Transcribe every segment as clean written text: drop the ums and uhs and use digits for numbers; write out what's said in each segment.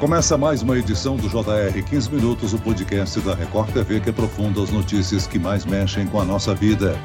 Começa mais uma edição do JR 15 Minutos, o podcast da Record TV que aprofunda as notícias que mais mexem com a nossa vida.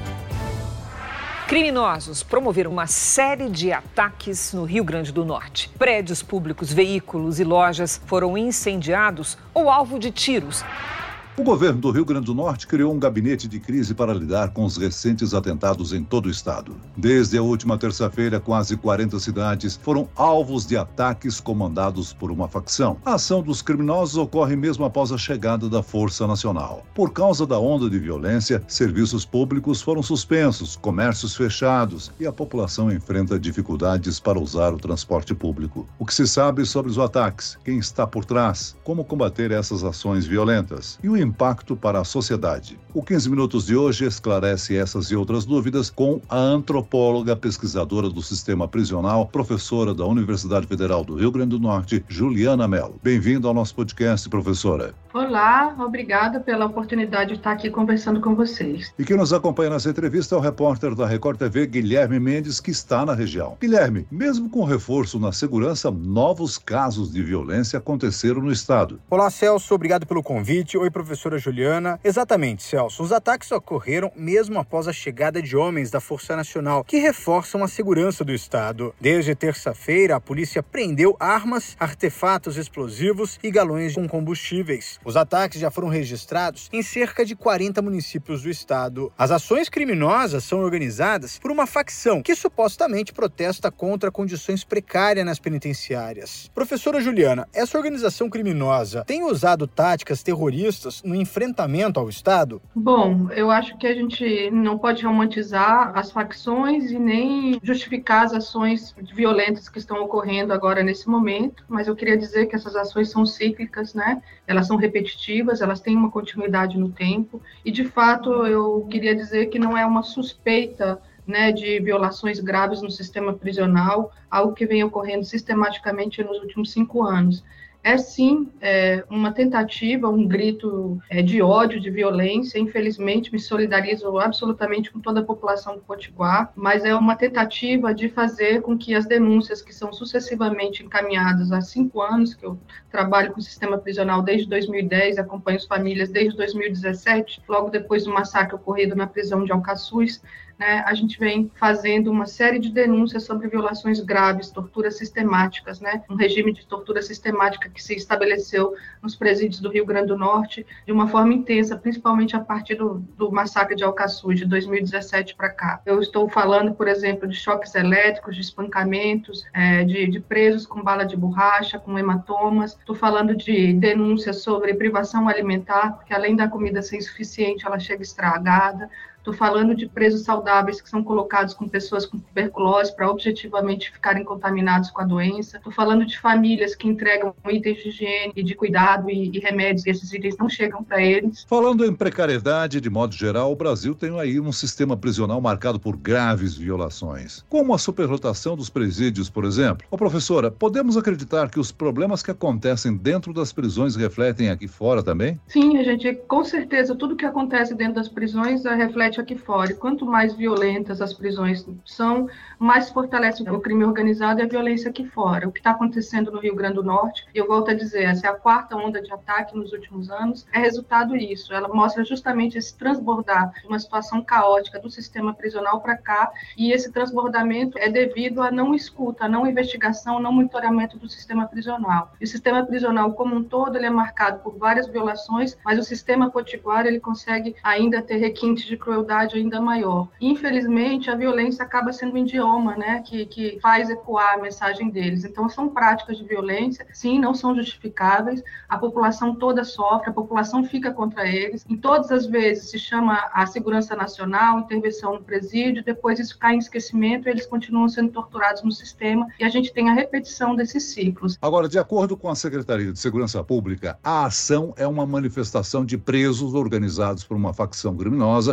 Criminosos promoveram uma série de ataques no Rio Grande do Norte. Prédios públicos, veículos e lojas foram incendiados ou alvo de tiros. O governo do Rio Grande do Norte criou um gabinete de crise para lidar com os recentes atentados em todo o estado. Desde a última terça-feira, quase 40 cidades foram alvos de ataques comandados por uma facção. A ação dos criminosos ocorre mesmo após a chegada da Força Nacional. Por causa da onda de violência, serviços públicos foram suspensos, comércios fechados e a população enfrenta dificuldades para usar o transporte público. O que se sabe sobre os ataques? Quem está por trás? Como combater essas ações violentas? E o impacto para a sociedade. O 15 Minutos de hoje esclarece essas e outras dúvidas com a antropóloga, pesquisadora do sistema prisional, professora da Universidade Federal do Rio Grande do Norte, Juliana Mello. Bem-vinda ao nosso podcast, professora. Olá, obrigada pela oportunidade de estar aqui conversando com vocês. E quem nos acompanha nessa entrevista é o repórter da Record TV, Guilherme Mendes, que está na região. Guilherme, mesmo com reforço na segurança, novos casos de violência aconteceram no estado. Olá, Celso, obrigado pelo convite. Oi, professora Juliana. Exatamente, Celso. Os ataques ocorreram mesmo após a chegada de homens da Força Nacional, que reforçam a segurança do estado. Desde terça-feira, a polícia prendeu armas, artefatos explosivos e galões com combustíveis. Os ataques já foram registrados em cerca de 40 municípios do estado. As ações criminosas são organizadas por uma facção que supostamente protesta contra condições precárias nas penitenciárias. Professora Juliana, essa organização criminosa tem usado táticas terroristas no enfrentamento ao estado? Bom, eu acho que a gente não pode romantizar as facções e nem justificar as ações violentas que estão ocorrendo agora nesse momento, mas eu queria dizer que essas ações são cíclicas, né? Elas são repetitivas, elas têm uma continuidade no tempo e, de fato, eu queria dizer que não é uma suspeita, né, de violações graves no sistema prisional, algo que vem ocorrendo sistematicamente nos últimos 5 anos. É sim uma tentativa, um grito de ódio, de violência. Infelizmente, me solidarizo absolutamente com toda a população do Potiguar, mas é uma tentativa de fazer com que as denúncias que são sucessivamente encaminhadas há 5 anos, que eu trabalho com o sistema prisional desde 2010, acompanho as famílias desde 2017, logo depois do massacre ocorrido na prisão de Alcaçuz, né, a gente vem fazendo uma série de denúncias sobre violações graves, torturas sistemáticas, né, um regime de tortura sistemática que se estabeleceu nos presídios do Rio Grande do Norte de uma forma intensa, principalmente a partir do massacre de Alcaçuz, de 2017 para cá. Eu estou falando, por exemplo, de choques elétricos, de espancamentos, de presos com bala de borracha, com hematomas. Estou falando de denúncias sobre privação alimentar, porque além da comida ser insuficiente, ela chega estragada. Estou falando de presos saudáveis que são colocados com pessoas com tuberculose para objetivamente ficarem contaminados com a doença. Estou falando de famílias que entregam itens de higiene e de cuidado e remédios e esses itens não chegam para eles. Falando em precariedade, de modo geral, o Brasil tem aí um sistema prisional marcado por graves violações, como a superlotação dos presídios, por exemplo. Professora, podemos acreditar que os problemas que acontecem dentro das prisões refletem aqui fora também? Sim, a gente, com certeza, tudo que acontece dentro das prisões reflete aqui fora. E quanto mais violentas as prisões são, mais fortalece o crime organizado e a violência aqui fora. O que está acontecendo no Rio Grande do Norte, e eu volto a dizer, essa é a 4ª onda de ataque nos últimos anos, é resultado disso. Ela mostra justamente esse transbordar, uma situação caótica do sistema prisional para cá, e esse transbordamento é devido à não escuta, à não investigação, não monitoramento do sistema prisional. E o sistema prisional como um todo, ele é marcado por várias violações, mas o sistema potiguar, ele consegue ainda ter requintes de crueldade ainda maior. Infelizmente, a violência acaba sendo um idioma, né, que faz ecoar a mensagem deles. Então, são práticas de violência, sim, não são justificáveis, a população toda sofre, a população fica contra eles. Em todas as vezes se chama a segurança nacional, intervenção no presídio, depois isso cai em esquecimento e eles continuam sendo torturados no sistema e a gente tem a repetição desses ciclos. Agora, de acordo com a Secretaria de Segurança Pública, a ação é uma manifestação de presos organizados por uma facção criminosa e que faz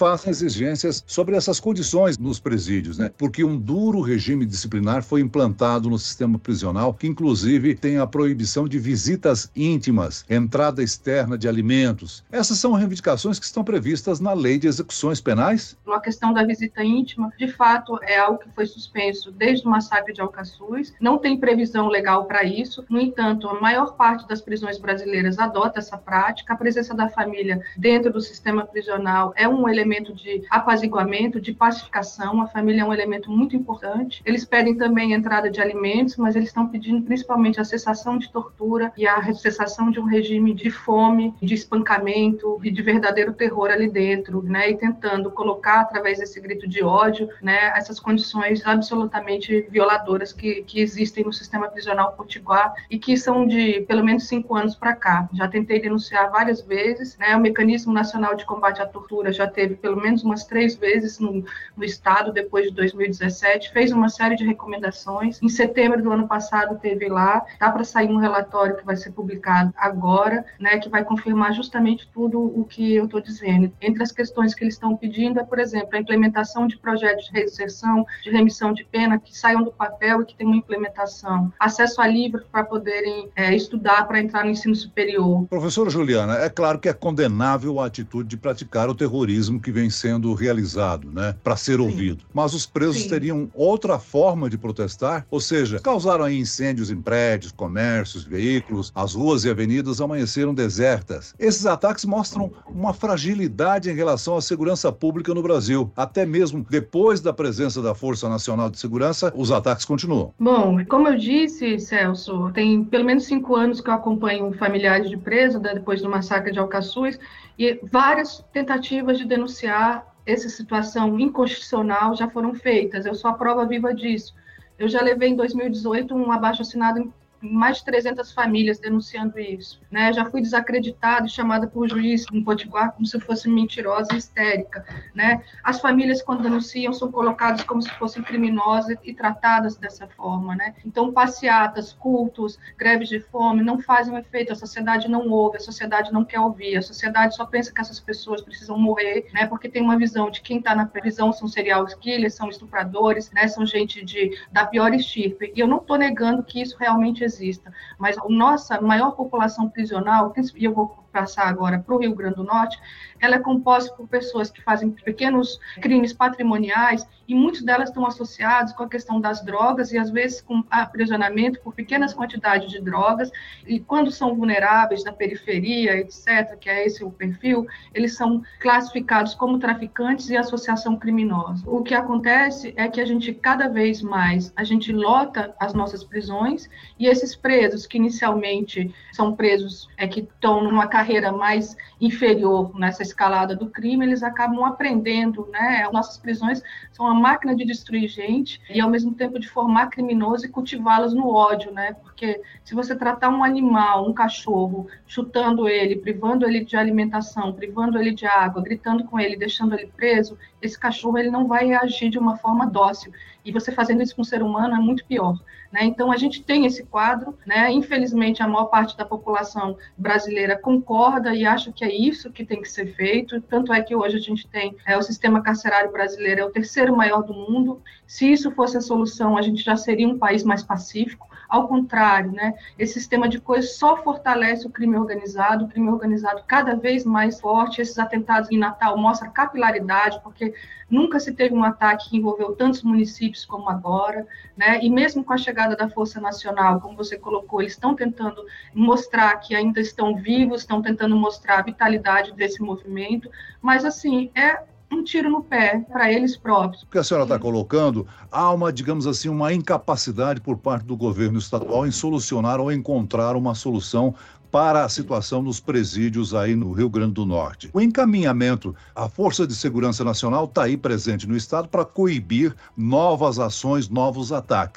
fazem exigências sobre essas condições nos presídios, né? Porque um duro regime disciplinar foi implantado no sistema prisional, que inclusive tem a proibição de visitas íntimas, entrada externa de alimentos. Essas são reivindicações que estão previstas na Lei de Execuções Penais? A questão da visita íntima, de fato, é algo que foi suspenso desde o massacre de Alcaçuz. Não tem previsão legal para isso. No entanto, a maior parte das prisões brasileiras adota essa prática. A presença da família dentro do sistema prisional é um elemento de apaziguamento, de pacificação. A família é um elemento muito importante. Eles pedem também a entrada de alimentos, mas eles estão pedindo principalmente a cessação de tortura e a cessação de um regime de fome, de espancamento e de verdadeiro terror ali dentro, né? E tentando colocar, através desse grito de ódio, né, essas condições absolutamente violadoras que existem no sistema prisional potiguar e que são de pelo menos 5 anos para cá. Já tentei denunciar várias vezes, né? O Mecanismo Nacional de Combate à Tortura já teve pelo menos umas 3 vezes no Estado, depois de 2017, fez uma série de recomendações. Em setembro do ano passado teve lá, tá para sair um relatório que vai ser publicado agora, né, que vai confirmar justamente tudo o que eu estou dizendo. Entre as questões que eles estão pedindo é, por exemplo, a implementação de projetos de reinserção, de remissão de pena, que saiam do papel e que tenham uma implementação. Acesso a livros para poderem estudar, para entrar no ensino superior. Professora Juliana, é claro que é condenável a atitude de praticar o terrorismo que vem sendo realizado, né, para ser ouvido. Mas os presos teriam outra forma de protestar? Ou seja, causaram aí incêndios em prédios, comércios, veículos, as ruas e avenidas amanheceram desertas. Esses ataques mostram uma fragilidade em relação à segurança pública no Brasil. Até mesmo depois da presença da Força Nacional de Segurança, os ataques continuam. Bom, como eu disse, Celso, tem pelo menos 5 anos que eu acompanho familiares de presos, depois do massacre de Alcaçuz, e várias tentativas de denunciar essa situação inconstitucional já foram feitas. Eu sou a prova viva disso. Eu já levei em 2018 um abaixo-assinado em mais de 300 famílias denunciando isso, né? Já fui desacreditada e chamada por juiz em Potiguar como se fosse mentirosa e histérica, né? As famílias, quando denunciam, são colocadas como se fossem criminosas e tratadas dessa forma, né? Então, passeatas, cultos, greves de fome não fazem um efeito, a sociedade não ouve, a sociedade não quer ouvir, a sociedade só pensa que essas pessoas precisam morrer, né? Porque tem uma visão de quem está na prisão são serial killers, são estupradores, né? São gente da pior estirpe. E eu não estou negando que isso realmente exista, mas a nossa maior população prisional, e eu vou passar agora para o Rio Grande do Norte, ela é composta por pessoas que fazem pequenos crimes patrimoniais e muitas delas estão associadas com a questão das drogas e às vezes com aprisionamento por pequenas quantidades de drogas e quando são vulneráveis na periferia, etc., que é esse o perfil, eles são classificados como traficantes e associação criminosa. O que acontece é que a gente cada vez mais, a gente lota as nossas prisões e esses presos que inicialmente são presos que estão numa carreira mais inferior nessa escalada do crime, eles acabam aprendendo, né? Nossas prisões são uma máquina de destruir gente e, ao mesmo tempo, de formar criminosos e cultivá-los no ódio, né? Porque se você tratar um animal, um cachorro, chutando ele, privando ele de alimentação, privando ele de água, gritando com ele, deixando ele preso, esse cachorro ele não vai reagir de uma forma dócil. E você fazendo isso com o ser humano é muito pior, né? Então, a gente tem esse quadro, né? Infelizmente, a maior parte da população brasileira concorda e acha que é isso que tem que ser feito. Tanto é que hoje a gente tem o sistema carcerário brasileiro, é o 3º maior do mundo. Se isso fosse a solução, a gente já seria um país mais pacífico. Ao contrário, né? Esse sistema de coisas só fortalece o crime organizado cada vez mais forte. Esses atentados em Natal mostram capilaridade, porque nunca se teve um ataque que envolveu tantos municípios como agora, né? E mesmo com a chegada da Força Nacional, como você colocou, eles estão tentando mostrar que ainda estão vivos, estão tentando mostrar a vitalidade desse movimento, mas assim, é um tiro no pé para eles próprios. O que a senhora está colocando, há uma, digamos assim, uma incapacidade por parte do governo estadual em solucionar ou encontrar uma solução para a situação nos presídios aí no Rio Grande do Norte. O encaminhamento, a Força de Segurança Nacional está aí presente no estado para coibir novas ações, novos ataques.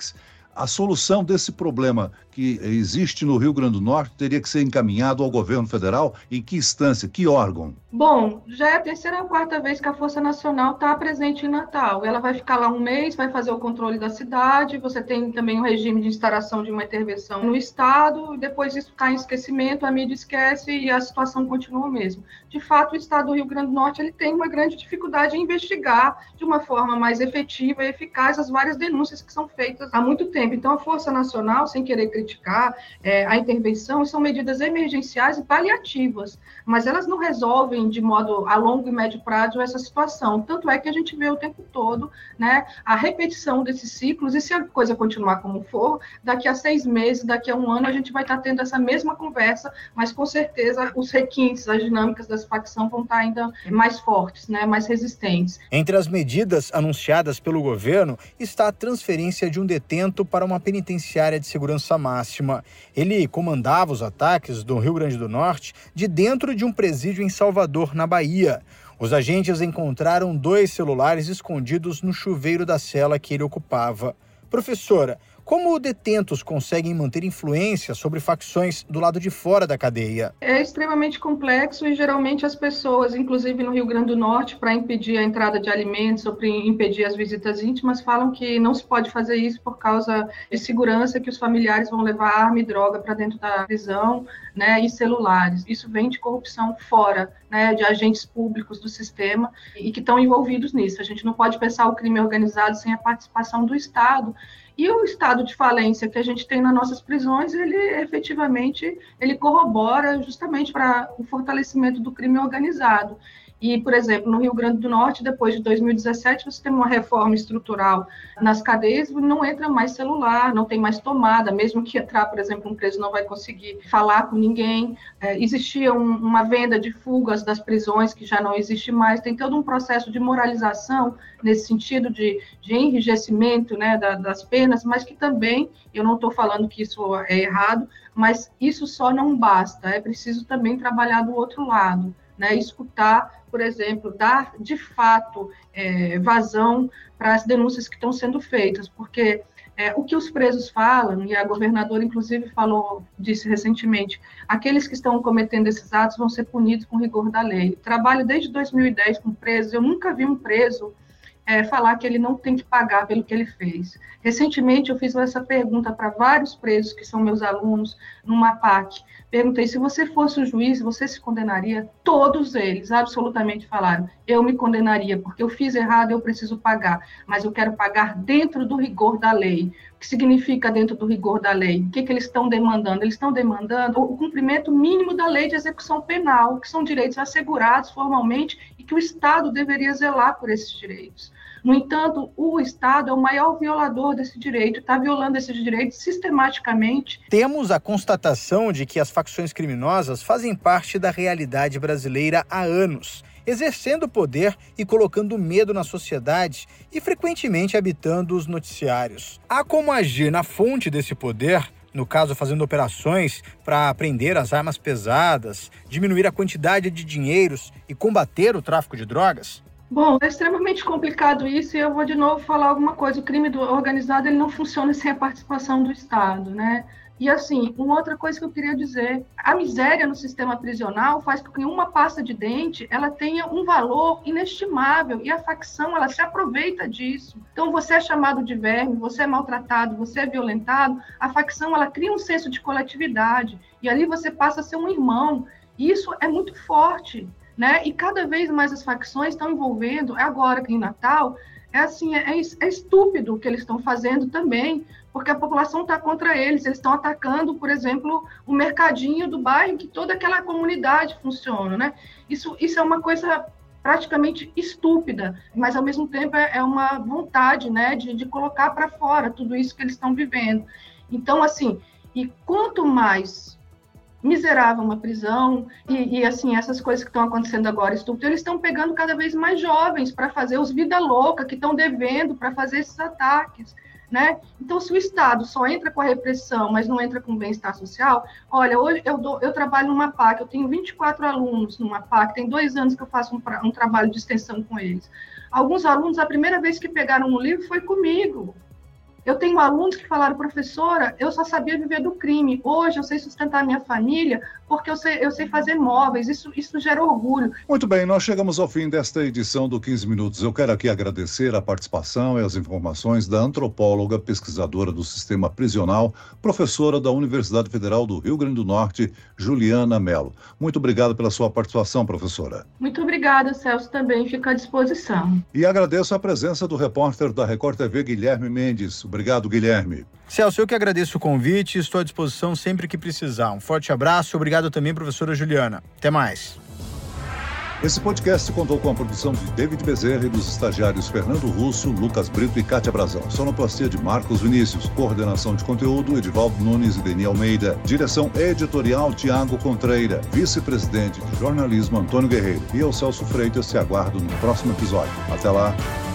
A solução desse problema que existe no Rio Grande do Norte teria que ser encaminhado ao governo federal? Em que instância, que órgão? Bom, já é a terceira ou quarta vez que a Força Nacional está presente em Natal. Ela vai ficar lá um mês, vai fazer o controle da cidade, você tem também o regime de instauração de uma intervenção no Estado, depois isso cai em esquecimento, a mídia esquece e a situação continua o mesmo. De fato, o Estado do Rio Grande do Norte ele tem uma grande dificuldade em investigar de uma forma mais efetiva e eficaz as várias denúncias que são feitas há muito tempo. Então, a Força Nacional, sem querer criticar a intervenção, são medidas emergenciais e paliativas, mas elas não resolvem de modo a longo e médio prazo essa situação. Tanto é que a gente vê o tempo todo, né, a repetição desses ciclos, e se a coisa continuar como for, daqui a 6 meses, daqui a 1 ano, a gente vai estar tendo essa mesma conversa, mas com certeza os requintes, as dinâmicas dessa facção vão estar ainda mais fortes, né, mais resistentes. Entre as medidas anunciadas pelo governo está a transferência de um detento para uma penitenciária de segurança máxima. Ele comandava os ataques do Rio Grande do Norte de dentro de um presídio em Salvador, na Bahia. Os agentes encontraram 2 celulares escondidos no chuveiro da cela que ele ocupava. Professora, como detentos conseguem manter influência sobre facções do lado de fora da cadeia? É extremamente complexo e geralmente as pessoas, inclusive no Rio Grande do Norte, para impedir a entrada de alimentos ou para impedir as visitas íntimas, falam que não se pode fazer isso por causa de segurança, que os familiares vão levar arma e droga para dentro da prisão, né, e celulares. Isso vem de corrupção fora, né, de agentes públicos do sistema e que estão envolvidos nisso. A gente não pode pensar o crime organizado sem a participação do Estado. E o estado de falência que a gente tem nas nossas prisões, ele efetivamente corrobora justamente para o fortalecimento do crime organizado. E, por exemplo, no Rio Grande do Norte, depois de 2017, você tem uma reforma estrutural nas cadeias, não entra mais celular, não tem mais tomada, mesmo que entrar, por exemplo, um preso não vai conseguir falar com ninguém. Existia uma venda de fugas das prisões, que já não existe mais, tem todo um processo de moralização, nesse sentido de enrijecimento, né, das penas, mas que também, eu não estou falando que isso é errado, mas isso só não basta, é preciso também trabalhar do outro lado. Né, escutar, por exemplo, dar de fato vazão para as denúncias que estão sendo feitas, porque o que os presos falam, e a governadora inclusive disse recentemente, aqueles que estão cometendo esses atos vão ser punidos com rigor da lei. Trabalho desde 2010 com presos, eu nunca vi um preso falar que ele não tem que pagar pelo que ele fez. Recentemente, eu fiz essa pergunta para vários presos, que são meus alunos, numa PAC. Perguntei, se você fosse o juiz, você se condenaria? Todos eles, absolutamente, falaram, eu me condenaria, porque eu fiz errado, eu preciso pagar, mas eu quero pagar dentro do rigor da lei. O que significa dentro do rigor da lei? O que eles estão demandando? Eles estão demandando o cumprimento mínimo da lei de execução penal, que são direitos assegurados formalmente e que o Estado deveria zelar por esses direitos. No entanto, o Estado é o maior violador desse direito, está violando esses direitos sistematicamente. Temos a constatação de que as facções criminosas fazem parte da realidade brasileira há anos, exercendo poder e colocando medo na sociedade e frequentemente habitando os noticiários. Há como agir na fonte desse poder, no caso fazendo operações para prender as armas pesadas, diminuir a quantidade de dinheiros e combater o tráfico de drogas? Bom, é extremamente complicado isso e eu vou de novo falar alguma coisa. O crime organizado ele não funciona sem a participação do Estado, né? E assim, uma outra coisa que eu queria dizer, a miséria no sistema prisional faz com que uma pasta de dente ela tenha um valor inestimável e a facção ela se aproveita disso. Então você é chamado de verme, você é maltratado, você é violentado, a facção ela cria um senso de coletividade e ali você passa a ser um irmão. E isso é muito forte. Né? E cada vez mais as facções estão envolvendo, agora que em Natal, é estúpido o que eles estão fazendo também, porque a população está contra eles estão atacando, por exemplo, o mercadinho do bairro, que toda aquela comunidade funciona, né? Isso é uma coisa praticamente estúpida, mas ao mesmo tempo é uma vontade, né, de colocar para fora tudo isso que eles estão vivendo. Então, assim, e quanto mais miserável uma prisão, e assim, essas coisas que estão acontecendo agora, estupro, eles estão pegando cada vez mais jovens para fazer os vida louca, que estão devendo para fazer esses ataques, né? Então, se o Estado só entra com a repressão, mas não entra com o bem-estar social, olha, hoje eu trabalho numa PAC, eu tenho 24 alunos numa PAC, tem 2 anos que eu faço um trabalho de extensão com eles. Alguns alunos, a primeira vez que pegaram um livro foi comigo, Eu tenho alunos que falaram, professora, eu só sabia viver do crime. Hoje eu sei sustentar minha família porque eu sei fazer móveis. Isso gera orgulho. Muito bem, nós chegamos ao fim desta edição do 15 Minutos. Eu quero aqui agradecer a participação e as informações da antropóloga, pesquisadora do sistema prisional, professora da Universidade Federal do Rio Grande do Norte, Juliana Mello. Muito obrigado pela sua participação, professora. Muito obrigada, Celso, também fica à disposição. E agradeço a presença do repórter da Record TV, Guilherme Mendes. Obrigado, Guilherme. Celso, eu que agradeço o convite e estou à disposição sempre que precisar. Um forte abraço e obrigado também, professora Juliana. Até mais. Esse podcast contou com a produção de David Bezerra e dos estagiários Fernando Russo, Lucas Brito e Kátia Brazão. Sonoplastia de Marcos Vinícius. Coordenação de conteúdo, Edivaldo Nunes e Deni Almeida. Direção editorial, Tiago Contreira. Vice-presidente de jornalismo, Antônio Guerreiro. E eu, Celso Freitas, te aguardo no próximo episódio. Até lá.